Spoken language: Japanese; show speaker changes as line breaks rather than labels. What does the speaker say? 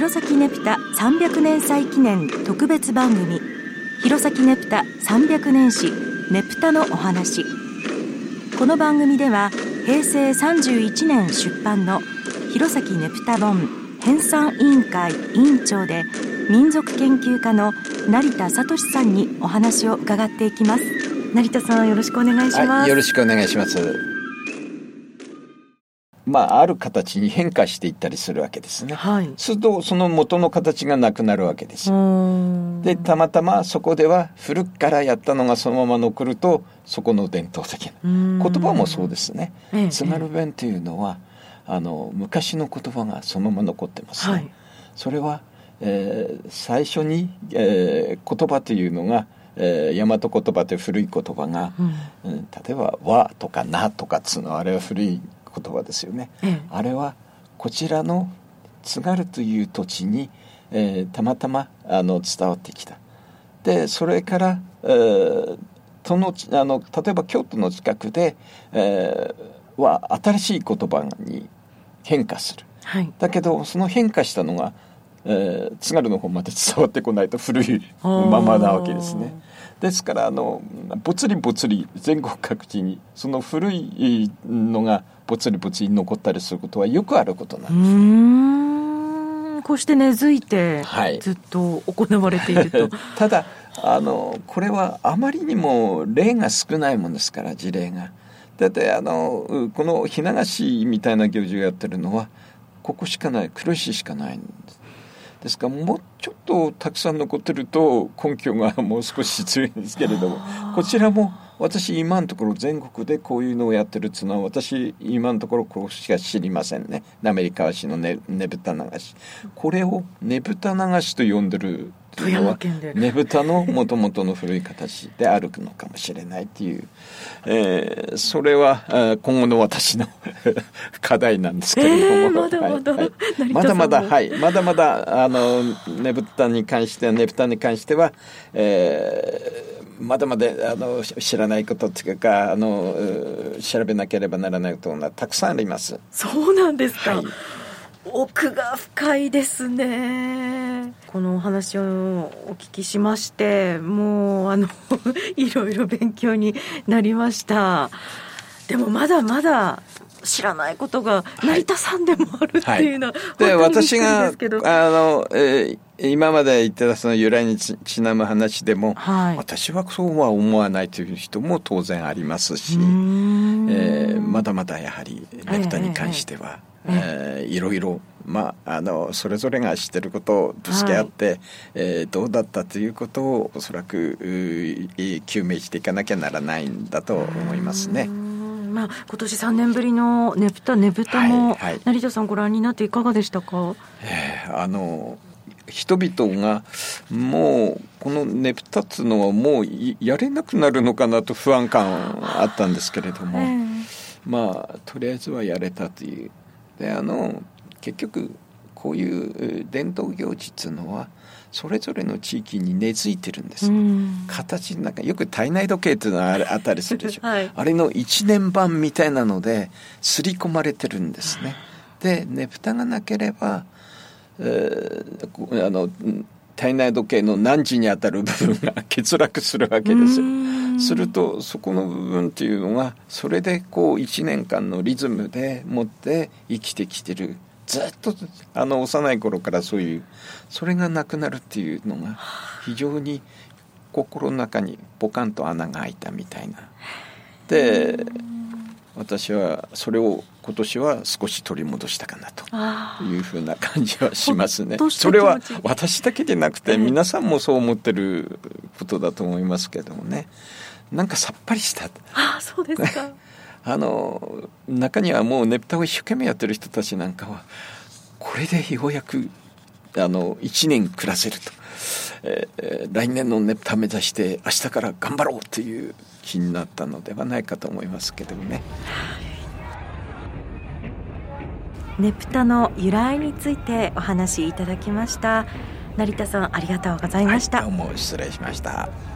弘前ねぷた300年祭記念特別番組、弘前ねぷた300年史ねぷたのお話。この番組では平成31年出版の弘前ねぷた本編纂委員会委員長で民族研究家の成田聡さんにお話を伺っていきます。成田さん、よろしくお願いします。
はい、よろしくお願いします。ある形に変化していったりするわけですね。はい、するとその元の形がなくなるわけですよ。でたまたまそこでは古くからやったのがそのまま残ると、そこの伝統的な言葉もそうですね。津軽弁というのは昔の言葉がそのまま残ってますね。はい、それは、最初に、言葉というのが大和言葉という古い言葉が、例えば和とかなとかつのあれは古い言葉ですよね。あれはこちらの津軽という土地に、たまたま伝わってきた。でそれから、例えば京都の近くで、は新しい言葉に変化する。はい、だけどその変化したのが、津軽の方まで伝わってこないと古いままなわけですね。ですからぼつりぼつり全国各地にその古いのがぼつりぼつり残ったりすることはよくあることなんです。
こうして根付いてずっと行われていると、はい、
ただこれはあまりにも例が少ないものですから、事例が。だってこのひながしみたいな行事をやってるのはここしかない、黒石しかないんです。ですからもうちょっとたくさん残ってると根拠がもう少し強いんですけれども、こちらも私今のところ全国でこういうのをやってるっていうのは私今のところここしか知りませんね。滑川市のねぶた流し、これをねぶた流しと呼んでるというのはねぶたのもともとの古い形であるのかもしれないっていう、それは今後の私の課題なんですけれども、まだまだねぶたに関しては、まだまだ知らないことっていうか調べなければならないことがたくさんあります。
そうなんですか。はい、奥が深いですね。このお話をお聞きしまして、もういろいろ勉強になりました。でもまだまだ知らないことが成田さんでもあるっていうのは、
で私が今まで言ってたその由来にちなむ話でも、私はそうは思わないという人も当然ありますし、まだまだやはりねぶたに関しては、いろいろそれぞれが知ってることをぶつけ合って、どうだったということをおそらく究明していかなきゃならないんだと思いますね。
今年3年ぶりのねぶたも、成田さんご覧になっていかがでしたか？
人々がもうこのねぶたっていうのはもうやれなくなるのかなと不安感あったんですけれども、とりあえずはやれたというで、結局こういう伝統行事っていうのはそれぞれの地域に根付いてるんです。形の中よく体内時計っていうのがあったりするでしょ、あれの一年版みたいなので刷り込まれてるんですね。でねぶたがなければ、体内時計の何時にあたる部分が欠落するわけですよ。するとそこの部分っていうのがそれで1年間のリズムでもって生きてきてる。ずっと幼い頃からそれがなくなるっていうのが非常に心の中にポカンと穴が開いたみたいな。で私はそれを今年は少し取り戻したかなというふうな感じはしますね。それは私だけでなくて皆さんもそう思ってることだと思いますけどもね。なんかさっぱりした。
そうですか。
中にはもうねぶたを一生懸命やってる人たちなんかはこれでようやく1年暮らせると、来年のねぶた目指して明日から頑張ろうという気になったのではないかと思いますけどもね。
ねぷたの由来についてお話しいただきました。成田さん、ありがとうございました。
どうも失礼しました。